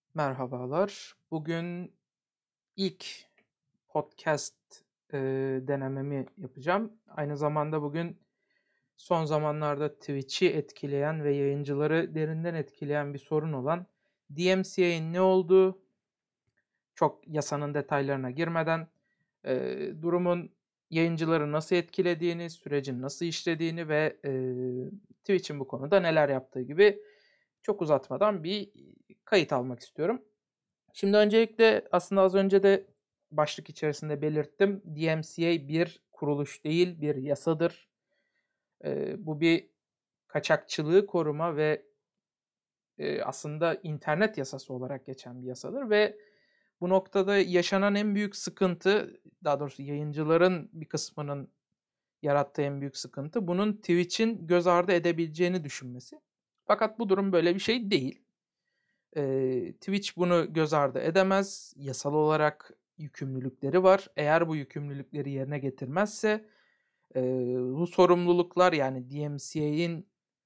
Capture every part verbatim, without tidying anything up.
Merhabalar. Bugün ilk podcast e, denememi yapacağım. Aynı zamanda bugün son zamanlarda Twitch'i etkileyen ve yayıncıları derinden etkileyen bir sorun olan D M C A'nin ne olduğu, çok yasanın detaylarına girmeden e, durumun yayıncıları nasıl etkilediğini, sürecin nasıl işlediğini ve e, Twitch'in bu konuda neler yaptığı gibi çok uzatmadan bir kayıt almak istiyorum. Şimdi öncelikle aslında az önce de başlık içerisinde belirttim. D M C A bir kuruluş değil, bir yasadır. Ee, bu bir kaçakçılığı koruma ve e, aslında internet yasası olarak geçen bir yasadır ve bu noktada yaşanan en büyük sıkıntı, daha doğrusu yayıncıların bir kısmının yarattığı en büyük sıkıntı bunun Twitch'in göz ardı edebileceğini düşünmesi. Fakat bu durum böyle bir şey değil. Ee, Twitch bunu göz ardı edemez. Yasal olarak yükümlülükleri var. Eğer bu yükümlülükleri yerine getirmezse e, bu sorumluluklar, yani D M C A'nin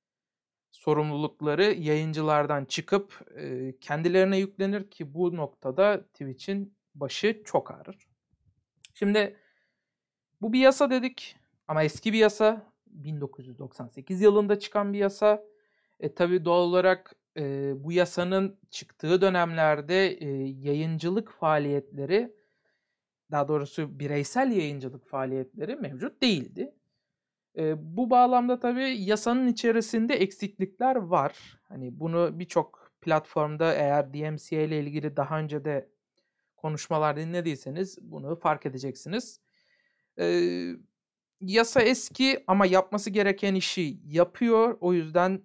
sorumlulukları yayıncılardan çıkıp e, kendilerine yüklenir ki bu noktada Twitch'in başı çok ağrır. Şimdi bu bir yasa dedik ama eski bir yasa. bin dokuz yüz doksan sekiz yılında çıkan bir yasa. E, tabii doğal olarak e, bu yasanın çıktığı dönemlerde e, yayıncılık faaliyetleri, daha doğrusu bireysel yayıncılık faaliyetleri mevcut değildi. E, bu bağlamda tabii yasanın içerisinde eksiklikler var. Hani bunu birçok platformda, eğer D M C A ile ilgili daha önce de konuşmalar dinlediyseniz bunu fark edeceksiniz. E, Yasa eski ama yapması gereken işi yapıyor. O yüzden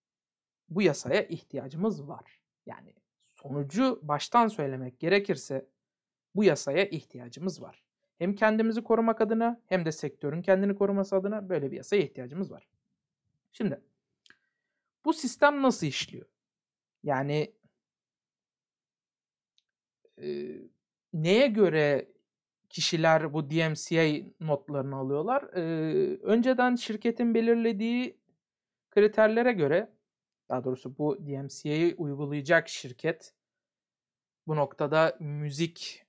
bu yasaya ihtiyacımız var. Yani sonucu baştan söylemek gerekirse bu yasaya ihtiyacımız var. Hem kendimizi korumak adına hem de sektörün kendini koruması adına böyle bir yasaya ihtiyacımız var. Şimdi bu sistem nasıl işliyor? Yani e, neye göre kişiler bu D M C A notlarını alıyorlar? E, önceden şirketin belirlediği kriterlere göre, daha doğrusu bu D M C A'yı uygulayacak şirket, bu noktada müzik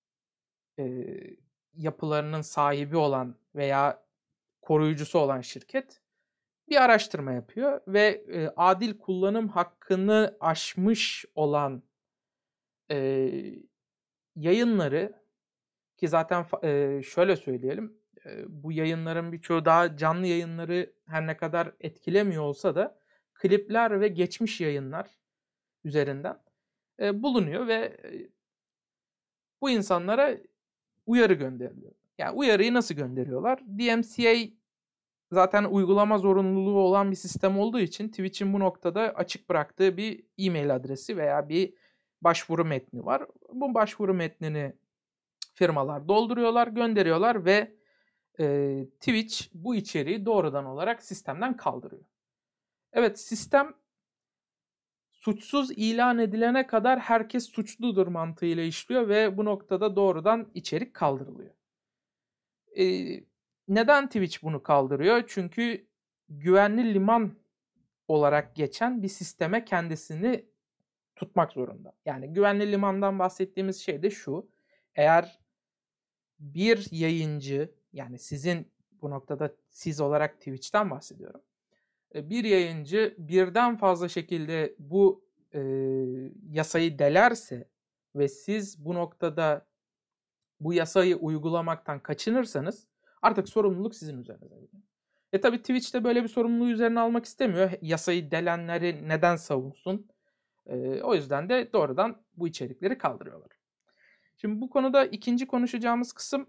e, yapılarının sahibi olan veya koruyucusu olan şirket bir araştırma yapıyor ve e, adil kullanım hakkını aşmış olan e, yayınları, ki zaten e, şöyle söyleyelim, e, bu yayınların birçoğu daha canlı yayınları her ne kadar etkilemiyor olsa da klipler ve geçmiş yayınlar üzerinden e, bulunuyor ve e, bu insanlara uyarı gönderiliyor. Yani uyarıyı nasıl gönderiyorlar? D M C A zaten uygulama zorunluluğu olan bir sistem olduğu için Twitch'in bu noktada açık bıraktığı bir e-mail adresi veya bir başvuru metni var. Bu başvuru metnini firmalar dolduruyorlar, gönderiyorlar ve e, Twitch bu içeriği doğrudan olarak sistemden kaldırıyor. Evet, sistem suçsuz ilan edilene kadar herkes suçludur mantığıyla işliyor ve bu noktada doğrudan içerik kaldırılıyor. Ee, Neden Twitch bunu kaldırıyor? Çünkü güvenli liman olarak geçen bir sisteme kendisini tutmak zorunda. Yani güvenli limandan bahsettiğimiz şey de şu: eğer bir yayıncı, yani sizin, bu noktada siz olarak Twitch'ten bahsediyorum, bir yayıncı birden fazla şekilde bu e, yasayı delerse ve siz bu noktada bu yasayı uygulamaktan kaçınırsanız artık sorumluluk sizin üzerinize. E tabi Twitch de böyle bir sorumluluğu üzerine almak istemiyor. Yasayı delenleri neden savunsun? E, o yüzden de doğrudan bu içerikleri kaldırıyorlar. Şimdi bu konuda ikinci konuşacağımız kısım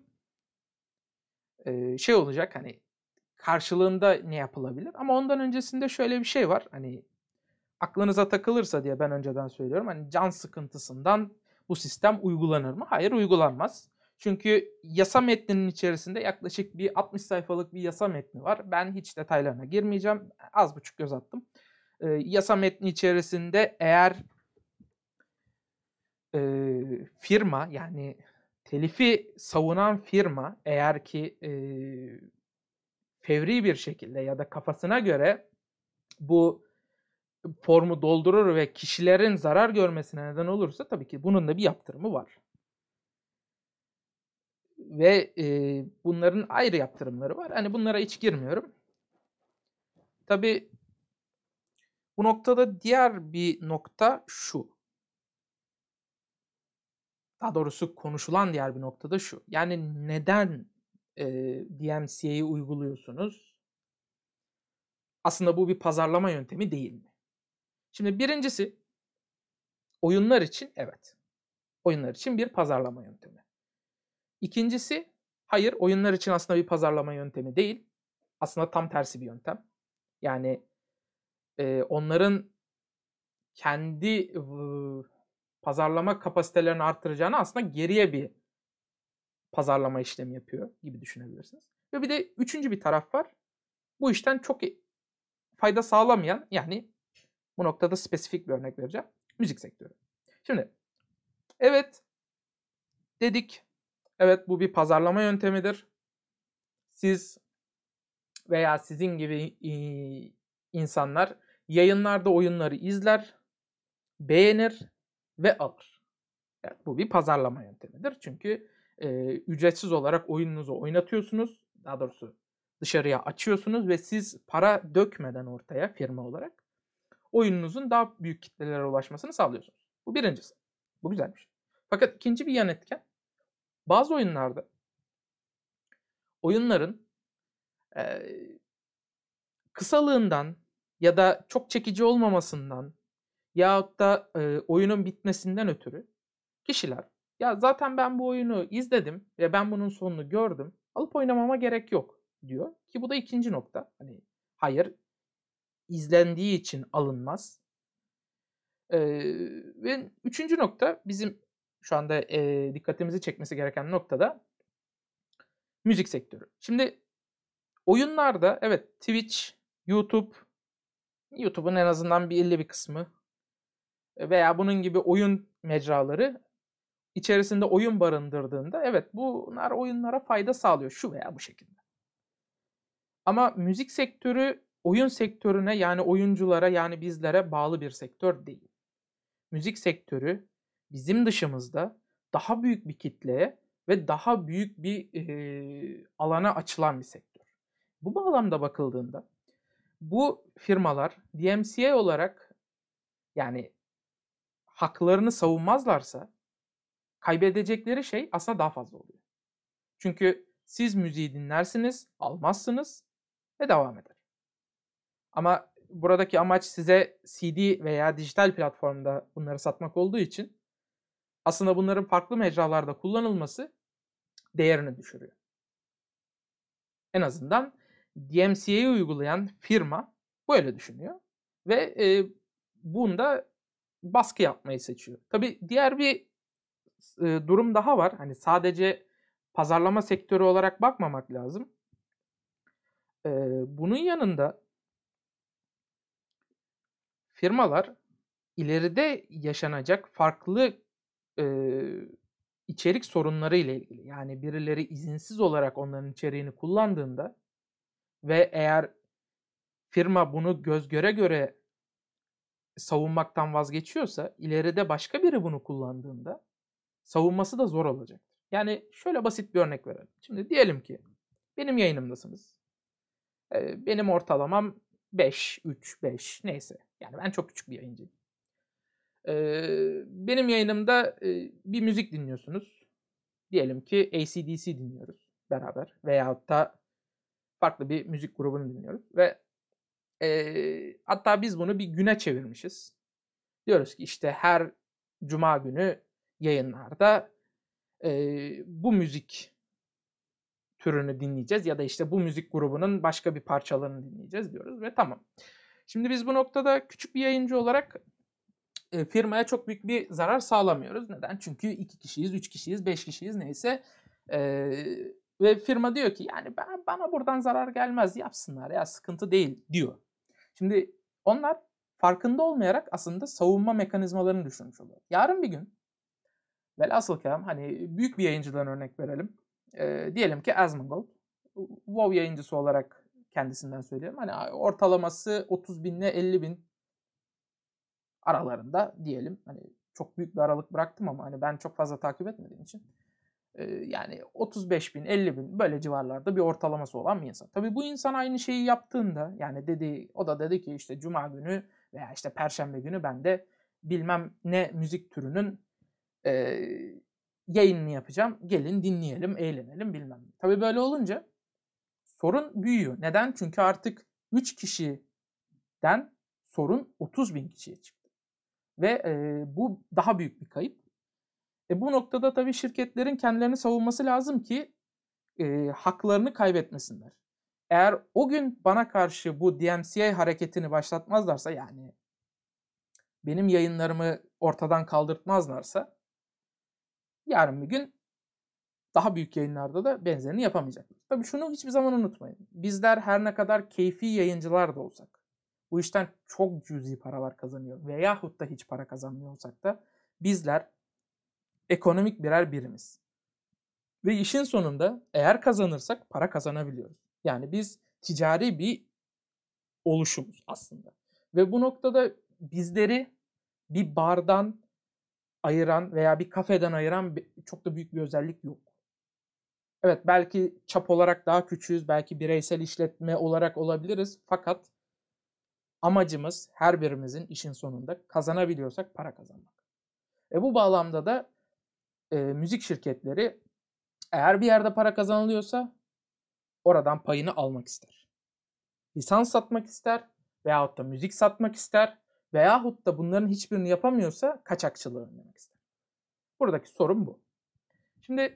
e, şey olacak, hani karşılığında ne yapılabilir? Ama ondan öncesinde şöyle bir şey var. Hani aklınıza takılırsa diye ben önceden söylüyorum. Hani can sıkıntısından bu sistem uygulanır mı? Hayır, uygulanmaz. Çünkü yasa metninin içerisinde yaklaşık bir altmış sayfalık bir yasa metni var. Ben hiç detaylarına girmeyeceğim. Az buçuk göz attım. Ee, yasa metni içerisinde eğer e, firma, yani telifi savunan firma eğer ki e, fevri bir şekilde ya da kafasına göre bu formu doldurur ve kişilerin zarar görmesine neden olursa tabii ki bunun da bir yaptırımı var. Ve e, bunların ayrı yaptırımları var. Hani bunlara hiç girmiyorum. Tabii bu noktada diğer bir nokta şu. Daha doğrusu konuşulan diğer bir nokta da şu. Yani neden e, D M C A'yı uyguluyorsunuz? Aslında bu bir pazarlama yöntemi değil mi? Şimdi birincisi oyunlar için evet. Oyunlar için bir pazarlama yöntemi. İkincisi hayır, oyunlar için aslında bir pazarlama yöntemi değil. Aslında tam tersi bir yöntem. Yani e, onların kendi e, pazarlama kapasitelerini arttıracağını aslında geriye bir pazarlama işlemi yapıyor gibi düşünebilirsiniz. Ve bir de üçüncü bir taraf var. Bu işten çok fayda sağlamayan, yani bu noktada spesifik bir örnek vereceğim. Müzik sektörü. Şimdi evet dedik. Evet bu bir pazarlama yöntemidir. Siz veya sizin gibi insanlar yayınlarda oyunları izler, beğenir ve alır. Yani bu bir pazarlama yöntemidir. Çünkü e, ücretsiz olarak oyununuzu oynatıyorsunuz. Daha doğrusu dışarıya açıyorsunuz ve siz para dökmeden ortaya firma olarak oyununuzun daha büyük kitlelere ulaşmasını sağlıyorsunuz. Bu birincisi. Bu güzel bir şey. Fakat ikinci bir yan etken, bazı oyunlarda oyunların e, kısalığından ya da çok çekici olmamasından yahut da e, oyunun bitmesinden ötürü kişiler ya zaten ben bu oyunu izledim ve ben bunun sonunu gördüm. Alıp oynamama gerek yok diyor. Ki bu da ikinci nokta. Hani hayır, izlendiği için alınmaz. Ee, ve üçüncü nokta bizim şu anda e, dikkatimizi çekmesi gereken noktada müzik sektörü. Şimdi oyunlarda evet Twitch, YouTube, YouTube'un en azından bir belli bir kısmı veya bunun gibi oyun mecraları içerisinde oyun barındırdığında evet bunlar oyunlara fayda sağlıyor şu veya bu şekilde. Ama müzik sektörü oyun sektörüne, yani oyunculara, yani bizlere bağlı bir sektör değil. Müzik sektörü bizim dışımızda daha büyük bir kitleye ve daha büyük bir e, alana açılan bir sektör. Bu bağlamda bakıldığında bu firmalar D M C A olarak, yani haklarını savunmazlarsa kaybedecekleri şey aslında daha fazla oluyor. Çünkü siz müziği dinlersiniz, almazsınız ve devam eder. Ama buradaki amaç size C D veya dijital platformda bunları satmak olduğu için aslında bunların farklı mecralarda kullanılması değerini düşürüyor. En azından D M C A'yı uygulayan firma böyle düşünüyor ve e, bunda baskı yapmayı seçiyor. Tabii diğer bir e, durum daha var. Hani sadece pazarlama sektörü olarak bakmamak lazım. E, bunun yanında firmalar ileride yaşanacak farklı e, içerik sorunları ile ilgili, yani birileri izinsiz olarak onların içeriğini kullandığında ve eğer firma bunu göz göre göre savunmaktan vazgeçiyorsa ileride başka biri bunu kullandığında savunması da zor olacaktır. Yani şöyle basit bir örnek verelim. Şimdi diyelim ki benim yayınımdasınız. Ee, benim ortalamam beş, üç, beş neyse. Yani ben çok küçük bir yayıncıyım. Ee, benim yayınımda e, bir müzik dinliyorsunuz. Diyelim ki A C D C dinliyoruz beraber veyahut da farklı bir müzik grubunu dinliyoruz ve e, hatta biz bunu bir güne çevirmişiz. Diyoruz ki işte her cuma günü yayınlarda e, bu müzik türünü dinleyeceğiz ya da işte bu müzik grubunun başka bir parçalarını dinleyeceğiz diyoruz ve tamam. Şimdi biz bu noktada küçük bir yayıncı olarak e, firmaya çok büyük bir zarar sağlamıyoruz. Neden? Çünkü iki kişiyiz, üç kişiyiz, beş kişiyiz neyse. E, ve firma diyor ki yani ben, bana buradan zarar gelmez, yapsınlar ya, sıkıntı değil diyor. Şimdi onlar farkında olmayarak aslında savunma mekanizmalarını düşünmüş oluyor. Yarın bir gün velhasıl kelam hani büyük bir yayıncıdan örnek verelim. E, diyelim ki Asmongold. WoW yayıncısı olarak kendisinden söylüyorum. Hani ortalaması otuz bin ile elli bin aralarında diyelim. Hani çok büyük bir aralık bıraktım ama hani ben çok fazla takip etmediğim için e, yani otuz beş bin, elli bin böyle civarlarda bir ortalaması olan bir insan. Tabii bu insan aynı şeyi yaptığında yani dedi, o da dedi ki işte cuma günü veya işte perşembe günü ben de bilmem ne müzik türünün e, yayınını yapacağım. Gelin dinleyelim, eğlenelim bilmem ne. Tabii böyle olunca sorun büyüyor. Neden? Çünkü artık üç kişiden sorun otuz bin kişiye çıktı. Ve e, bu daha büyük bir kayıp. E, bu noktada tabii şirketlerin kendilerini savunması lazım ki e, haklarını kaybetmesinler. Eğer o gün bana karşı bu D M C A hareketini başlatmazlarsa yani benim yayınlarımı ortadan kaldırtmazlarsa yarın bir gün daha büyük yayınlarda da benzerini yapamayacaklar. Tabii şunu hiçbir zaman unutmayın. Bizler her ne kadar keyfi yayıncılar da olsak, bu işten çok cüzi paralar kazanıyor veyahut da hiç para kazanmıyor olsak da bizler ekonomik birer birimiz. Ve işin sonunda eğer kazanırsak para kazanabiliyoruz. Yani biz ticari bir oluşumuz aslında. Ve bu noktada bizleri bir bardan ayıran veya bir kafeden ayıran çok da büyük bir özellik yok. Evet belki çap olarak daha küçüğüz, belki bireysel işletme olarak olabiliriz. Fakat amacımız her birimizin işin sonunda kazanabiliyorsak para kazanmak. E bu bağlamda da e, müzik şirketleri eğer bir yerde para kazanılıyorsa oradan payını almak ister. Lisans satmak ister veyahut da müzik satmak ister veyahut da bunların hiçbirini yapamıyorsa kaçakçılığı önlemek ister. Buradaki sorun bu. Şimdi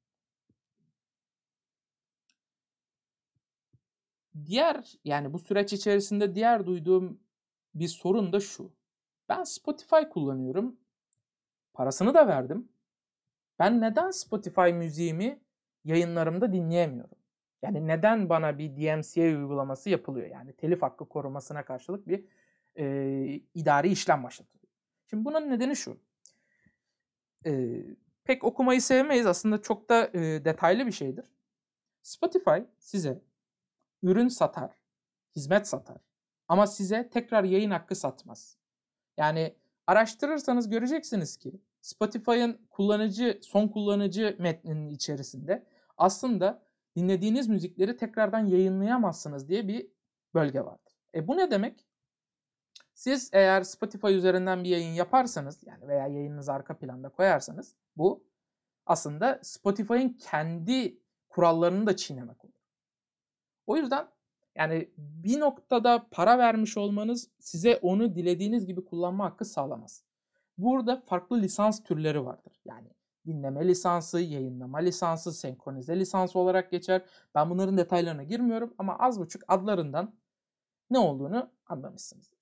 diğer yani bu süreç içerisinde diğer duyduğum bir sorun da şu. Ben Spotify kullanıyorum. Parasını da verdim. Ben neden Spotify müziğimi yayınlarımda dinleyemiyorum? Yani neden bana bir D M C A uygulaması yapılıyor? Yani telif hakkı korumasına karşılık bir e, idari işlem başlatılıyor. Şimdi bunun nedeni şu. E, pek okumayı sevmeyiz. Aslında çok da e, detaylı bir şeydir. Spotify size ürün satar, hizmet satar. Ama size tekrar yayın hakkı satmaz. Yani araştırırsanız göreceksiniz ki Spotify'ın kullanıcı, son kullanıcı metninin içerisinde aslında dinlediğiniz müzikleri tekrardan yayınlayamazsınız diye bir bölge vardır. E bu ne demek? Siz eğer Spotify üzerinden bir yayın yaparsanız yani veya yayınınızı arka planda koyarsanız bu aslında Spotify'ın kendi kurallarını da çiğnemek olur. O yüzden yani bir noktada para vermiş olmanız size onu dilediğiniz gibi kullanma hakkı sağlamaz. Burada farklı lisans türleri vardır. Yani dinleme lisansı, yayınlama lisansı, senkronize lisansı olarak geçer. Ben bunların detaylarına girmiyorum ama az buçuk adlarından ne olduğunu anlamışsınız.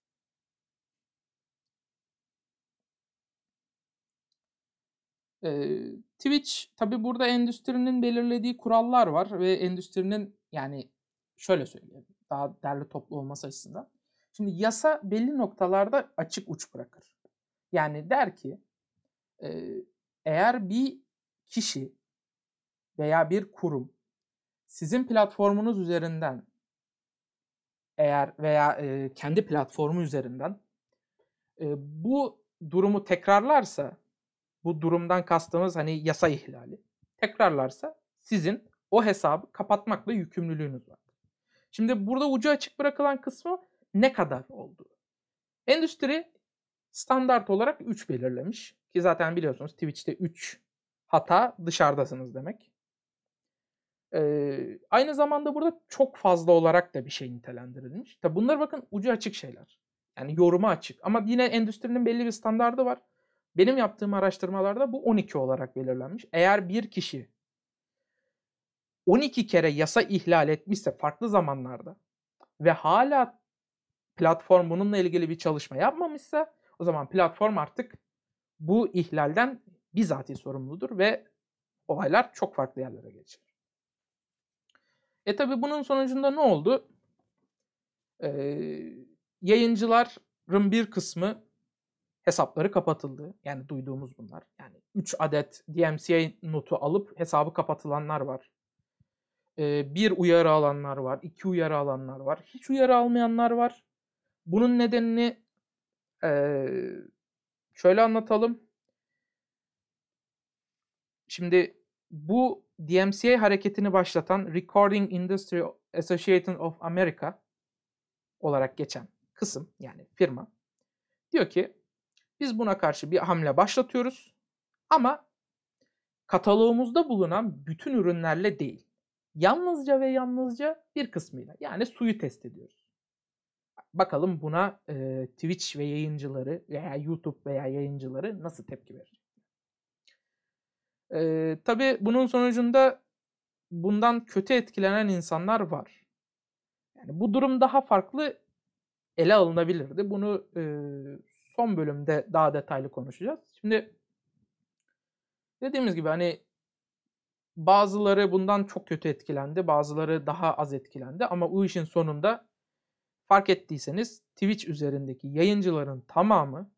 Ee, Twitch tabii burada endüstrinin belirlediği kurallar var ve endüstrinin yani şöyle söyleyeyim daha derli toplu olması açısından. Şimdi yasa belli noktalarda açık uç bırakır. Yani der ki e, eğer bir kişi veya bir kurum sizin platformunuz üzerinden eğer veya e, kendi platformu üzerinden e, bu durumu tekrarlarsa bu durumdan kastımız hani yasa ihlali tekrarlarsa sizin o hesabı kapatmakla yükümlülüğünüz var. Şimdi burada ucu açık bırakılan kısmı ne kadar olduğu. Endüstri standart olarak üç belirlemiş. Ki zaten biliyorsunuz Twitch'te üç hata dışarıdasınız demek. Ee, aynı zamanda burada çok fazla olarak da bir şey nitelendirilmiş. Tabi bunlar bakın ucu açık şeyler. Yani yoruma açık. Ama yine endüstrinin belli bir standardı var. Benim yaptığım araştırmalarda bu on iki olarak belirlenmiş. Eğer bir kişi on iki kere yasa ihlal etmişse farklı zamanlarda ve hala platform bununla ilgili bir çalışma yapmamışsa o zaman platform artık bu ihlalden bizatihi sorumludur ve olaylar çok farklı yerlere geçer. E tabi bunun sonucunda ne oldu? Ee, yayıncıların bir kısmı hesapları kapatıldı. Yani duyduğumuz bunlar. Yani üç adet D M C A notu alıp hesabı kapatılanlar var. Ee, bir uyarı alanlar var. iki uyarı alanlar var. Hiç uyarı almayanlar var. Bunun nedenini Eee, şöyle anlatalım. Şimdi bu D M C A hareketini başlatan Recording Industry Association of America olarak geçen kısım, yani firma, diyor ki biz buna karşı bir hamle başlatıyoruz ama kataloğumuzda bulunan bütün ürünlerle değil. Yalnızca ve yalnızca bir kısmıyla, yani suyu test ediyoruz. Bakalım buna e, Twitch ve yayıncıları veya YouTube veya yayıncıları nasıl tepki verir? E, tabii bunun sonucunda bundan kötü etkilenen insanlar var. Yani bu durum daha farklı ele alınabilirdi. Bunu e, son bölümde daha detaylı konuşacağız. Şimdi dediğimiz gibi hani bazıları bundan çok kötü etkilendi, bazıları daha az etkilendi ama bu işin sonunda fark ettiyseniz Twitch üzerindeki yayıncıların tamamı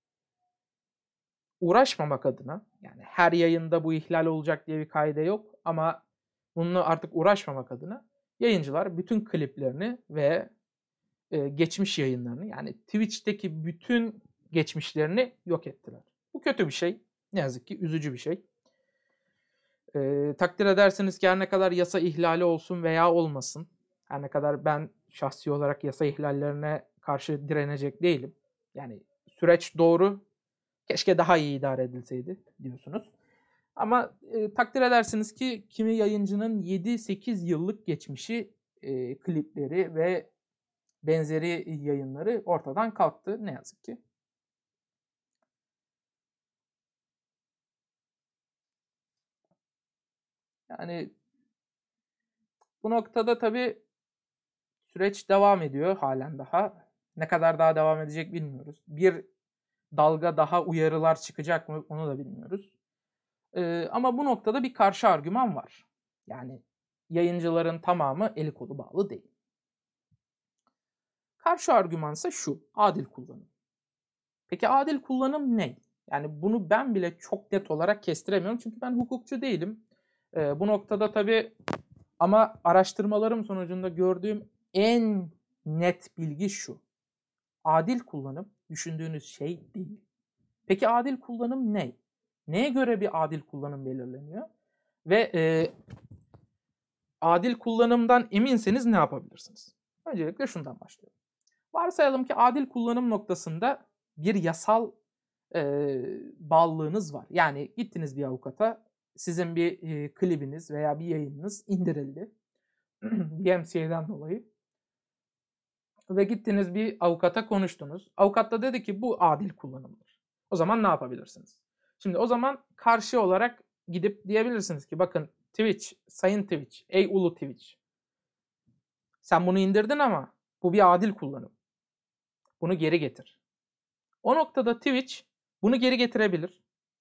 uğraşmamak adına, yani her yayında bu ihlal olacak diye bir kaide yok ama bununla artık uğraşmamak adına yayıncılar bütün kliplerini ve e, geçmiş yayınlarını, yani Twitch'teki bütün geçmişlerini yok ettiler. Bu kötü bir şey. Ne yazık ki üzücü bir şey. E, takdir edersiniz ki her ne kadar yasa ihlali olsun veya olmasın, her ne kadar ben şahsi olarak yasa ihlallerine karşı direnecek değilim. Yani süreç doğru, keşke daha iyi idare edilseydi diyorsunuz. Ama e, takdir edersiniz ki kimi yayıncının yedi sekiz yıllık geçmişi, e, klipleri ve benzeri yayınları ortadan kalktı ne yazık ki. Yani bu noktada tabii süreç devam ediyor halen daha. Ne kadar daha devam edecek bilmiyoruz. Bir dalga daha uyarılar çıkacak mı onu da bilmiyoruz. Ee, ama bu noktada bir karşı argüman var. Yani yayıncıların tamamı eli kolu bağlı değil. Karşı argüman ise şu: adil kullanım. Peki adil kullanım ne? Yani bunu ben bile çok net olarak kestiremiyorum çünkü ben hukukçu değilim. Ee, bu noktada tabii ama araştırmalarım sonucunda gördüğüm en net bilgi şu: adil kullanım düşündüğünüz şey değil. Peki adil kullanım ne? Neye göre bir adil kullanım belirleniyor? Ve e, adil kullanımdan eminseniz ne yapabilirsiniz? Öncelikle şundan başlayalım. Varsayalım ki adil kullanım noktasında bir yasal e, bağlılığınız var. Yani gittiniz bir avukata, sizin bir e, klibiniz veya bir yayınınız indirildi D M C A'dan dolayı. Ve gittiniz bir avukata konuştunuz. Avukat da dedi ki bu adil kullanımdır. O zaman ne yapabilirsiniz? Şimdi o zaman karşı olarak gidip diyebilirsiniz ki bakın Twitch, sayın Twitch, ey ulu Twitch. Sen bunu indirdin ama bu bir adil kullanım. Bunu geri getir. O noktada Twitch bunu geri getirebilir.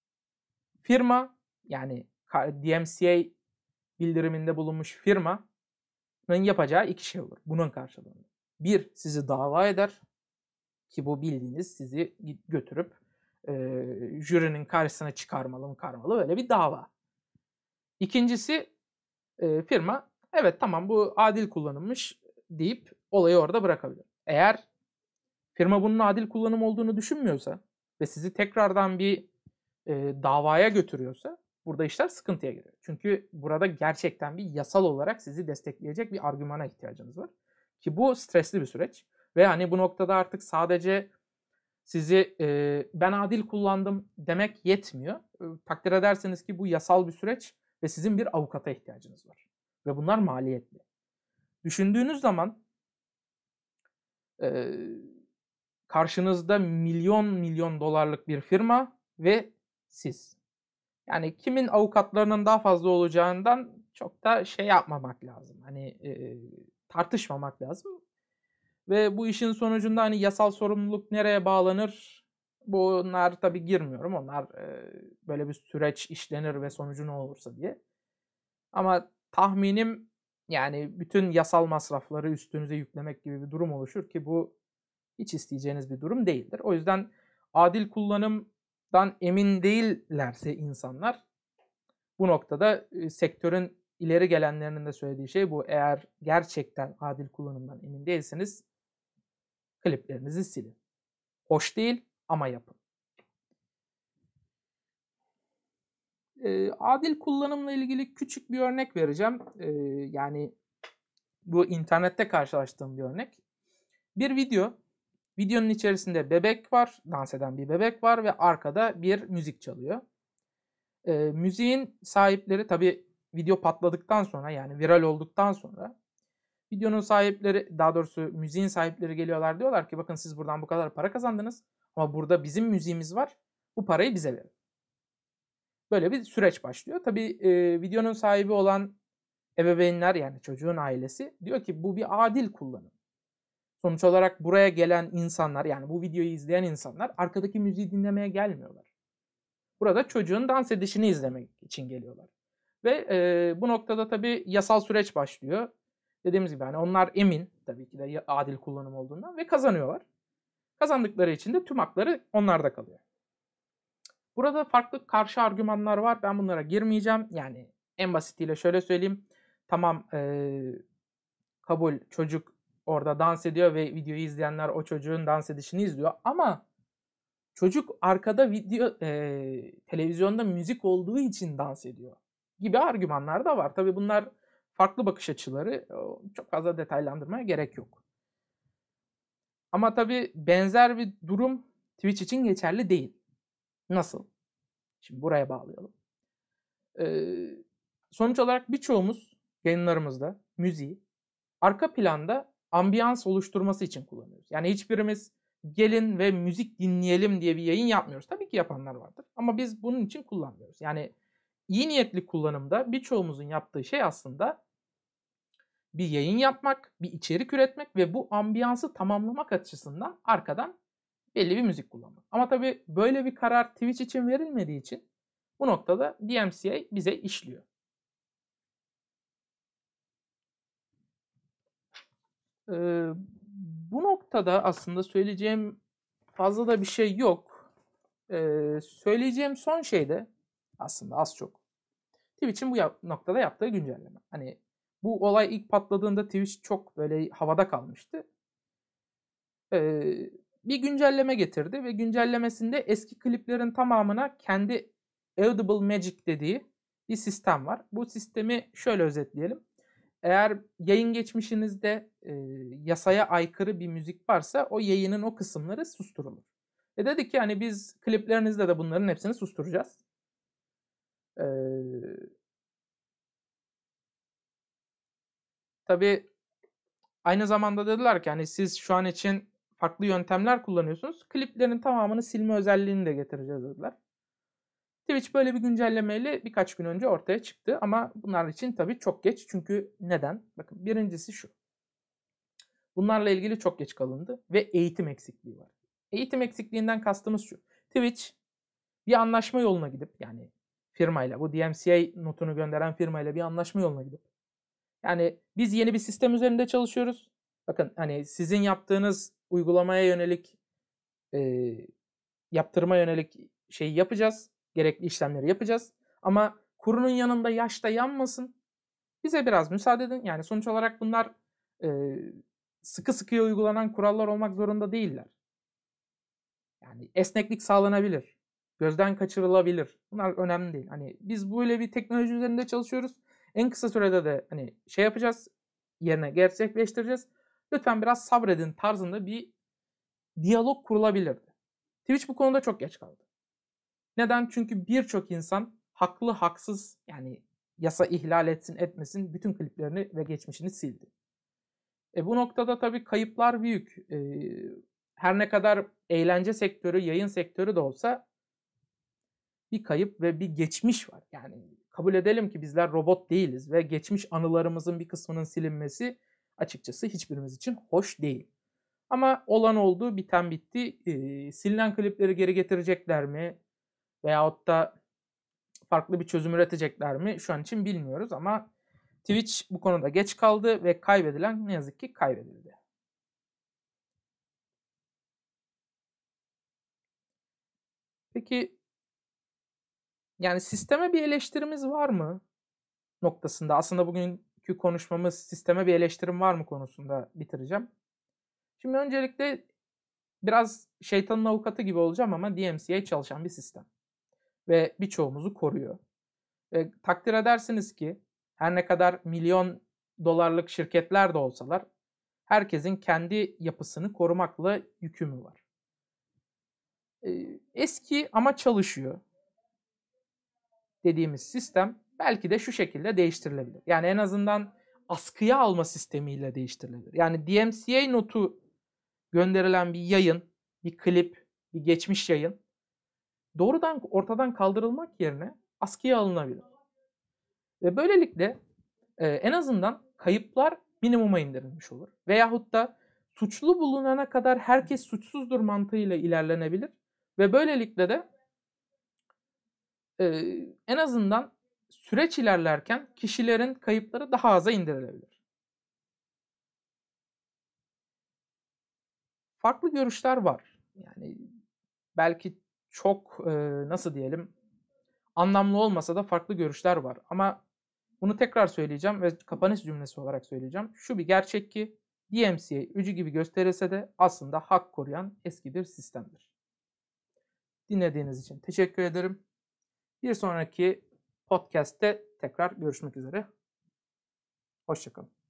Firma, yani D M C A bildiriminde bulunmuş firmanın yapacağı iki şey olur bunun karşılığında. Bir, sizi dava eder ki bu bildiğiniz sizi götürüp e, jürinin karşısına çıkarmalı mı karmalı, öyle bir dava. İkincisi, e, firma evet tamam bu adil kullanılmış deyip olayı orada bırakabilir. Eğer firma bunun adil kullanım olduğunu düşünmüyorsa ve sizi tekrardan bir e, davaya götürüyorsa burada işler sıkıntıya giriyor. Çünkü burada gerçekten bir yasal olarak sizi destekleyecek bir argümana ihtiyacınız var. Ki bu stresli bir süreç. Ve hani bu noktada artık sadece sizi e, ben adil kullandım demek yetmiyor. E, takdir ederseniz ki bu yasal bir süreç ve sizin bir avukata ihtiyacınız var. Ve bunlar maliyetli. Düşündüğünüz zaman e, karşınızda milyon milyon dolarlık bir firma ve siz. Yani kimin avukatlarının daha fazla olacağından çok da şey yapmamak lazım. Hani e, tartışmamak lazım. Ve bu işin sonucunda hani yasal sorumluluk nereye bağlanır? Bunlar tabii girmiyorum. Onlar e, böyle bir süreç işlenir ve sonucu ne olursa diye. Ama tahminim yani bütün yasal masrafları üstünüze yüklemek gibi bir durum oluşur ki bu hiç isteyeceğiniz bir durum değildir. O yüzden adil kullanımdan emin değillerse insanlar, bu noktada e, sektörün ileri gelenlerinin de söylediği şey bu: eğer gerçekten adil kullanımdan emin değilseniz kliplerinizi silin. Hoş değil ama yapın. Ee, adil kullanımla ilgili küçük bir örnek vereceğim. Ee, yani bu internette karşılaştığım bir örnek. Bir video. Videonun içerisinde bebek var, dans eden bir bebek var ve arkada bir müzik çalıyor. Ee, müziğin sahipleri tabii video patladıktan sonra, yani viral olduktan sonra videonun sahipleri, daha doğrusu müziğin sahipleri geliyorlar, diyorlar ki bakın siz buradan bu kadar para kazandınız ama burada bizim müziğimiz var. Bu parayı bize verin. Böyle bir süreç başlıyor. Tabii e, videonun sahibi olan ebeveynler, yani çocuğun ailesi diyor ki bu bir adil kullanım. Sonuç olarak buraya gelen insanlar, yani bu videoyu izleyen insanlar arkadaki müziği dinlemeye gelmiyorlar. Burada çocuğun dans edişini izlemek için geliyorlar. Ve e, bu noktada tabii yasal süreç başlıyor. Dediğimiz gibi hani onlar emin tabii ki de adil kullanım olduğundan ve kazanıyorlar. Kazandıkları için de tüm hakları onlarda kalıyor. Burada farklı karşı argümanlar var. Ben bunlara girmeyeceğim. Yani en basitiyle şöyle söyleyeyim. Tamam e, kabul, çocuk orada dans ediyor ve videoyu izleyenler o çocuğun dans edişini izliyor. Ama çocuk arkada video e, televizyonda müzik olduğu için dans ediyor gibi argümanlar da var. Tabii bunlar farklı bakış açıları. Çok fazla detaylandırmaya gerek yok. Ama tabii benzer bir durum Twitch için geçerli değil. Nasıl? Şimdi buraya bağlayalım. Ee, sonuç olarak birçoğumuz yayınlarımızda müziği arka planda ambiyans oluşturması için kullanıyoruz. Yani hiçbirimiz gelin ve müzik dinleyelim diye bir yayın yapmıyoruz. Tabii ki yapanlar vardır ama biz bunun için kullanmıyoruz. Yani iyi niyetli kullanımda birçoğumuzun yaptığı şey aslında bir yayın yapmak, bir içerik üretmek ve bu ambiyansı tamamlamak açısından arkadan belli bir müzik kullanmak. Ama tabii böyle bir karar Twitch için verilmediği için bu noktada D M C A bize işliyor. Ee, bu noktada aslında söyleyeceğim fazla da bir şey yok. Ee, söyleyeceğim son şey de aslında az çok Twitch'in bu yap- noktada yaptığı güncelleme. Hani bu olay ilk patladığında Twitch çok böyle havada kalmıştı. Ee, bir güncelleme getirdi ve güncellemesinde eski kliplerin tamamına kendi Audible Magic dediği bir sistem var. Bu sistemi şöyle özetleyelim. Eğer yayın geçmişinizde e, yasaya aykırı bir müzik varsa o yayının o kısımları susturulur. Ve dedik ki hani biz kliplerinizde de bunların hepsini susturacağız. Ee, tabii aynı zamanda dediler ki hani siz şu an için farklı yöntemler kullanıyorsunuz. Kliplerin tamamını silme özelliğini de getireceğiz dediler. Twitch böyle bir güncellemeyle birkaç gün önce ortaya çıktı ama bunlar için tabii çok geç. Çünkü neden? Bakın birincisi şu. Bunlarla ilgili çok geç kalındı ve eğitim eksikliği var. Eğitim eksikliğinden kastımız şu. Twitch bir anlaşma yoluna gidip, yani firmayla, bu D M C A notunu gönderen firmayla bir anlaşma yoluna gidip, yani biz yeni bir sistem üzerinde çalışıyoruz. Bakın hani sizin yaptığınız uygulamaya yönelik e, yaptırıma yönelik şeyi yapacağız. Gerekli işlemleri yapacağız. Ama kurunun yanında yaş da yanmasın. Bize biraz müsaade edin. Yani sonuç olarak bunlar e, sıkı sıkıya uygulanan kurallar olmak zorunda değiller. Yani esneklik sağlanabilir. Gözden kaçırılabilir. Bunlar önemli değil. Hani biz böyle bir teknoloji üzerinde çalışıyoruz. En kısa sürede de hani şey yapacağız. Yerine gerçekleştireceğiz. Lütfen biraz sabredin tarzında bir diyalog kurulabilirdi. Twitch bu konuda çok geç kaldı. Neden? Çünkü birçok insan haklı haksız, yani yasa ihlal etsin etmesin bütün kliplerini ve geçmişini sildi. E bu noktada tabii kayıplar büyük. E, her ne kadar eğlence sektörü, yayın sektörü de olsa bir kayıp ve bir geçmiş var. Yani kabul edelim ki bizler robot değiliz ve geçmiş anılarımızın bir kısmının silinmesi açıkçası hiçbirimiz için hoş değil. Ama olan oldu, biten bitti. E, silinen klipleri geri getirecekler mi? Veyahut da farklı bir çözüm üretecekler mi? Şu an için bilmiyoruz ama Twitch bu konuda geç kaldı ve kaybedilen ne yazık ki kaybedildi. Peki yani sisteme bir eleştirimiz var mı noktasında? Aslında bugünkü konuşmamız sisteme bir eleştirim var mı konusunda bitireceğim. Şimdi öncelikle biraz şeytanın avukatı gibi olacağım ama D M C A çalışan bir sistem. Ve birçoğumuzu koruyor. Ve takdir edersiniz ki her ne kadar milyon dolarlık şirketler de olsalar herkesin kendi yapısını korumakla yükümü var. Eski ama çalışıyor dediğimiz sistem belki de şu şekilde değiştirilebilir. Yani en azından askıya alma sistemiyle değiştirilebilir. Yani D M C A notu gönderilen bir yayın, bir klip, bir geçmiş yayın doğrudan ortadan kaldırılmak yerine askıya alınabilir. Ve böylelikle e, en azından kayıplar minimuma indirilmiş olur. Veyahut da suçlu bulunana kadar herkes suçsuzdur mantığıyla ilerlenebilir. Ve böylelikle de e, en azından süreç ilerlerken kişilerin kayıpları daha aza indirilebilir. Farklı görüşler var. Yani belki çok e, nasıl diyelim anlamlı olmasa da farklı görüşler var. Ama bunu tekrar söyleyeceğim ve kapanış cümlesi olarak söyleyeceğim. Şu bir gerçek ki D M C A ücü gibi gösterilse de aslında hak koruyan eski bir sistemdir. Dinlediğiniz için teşekkür ederim. Bir sonraki podcast'te tekrar görüşmek üzere. Hoşça kalın.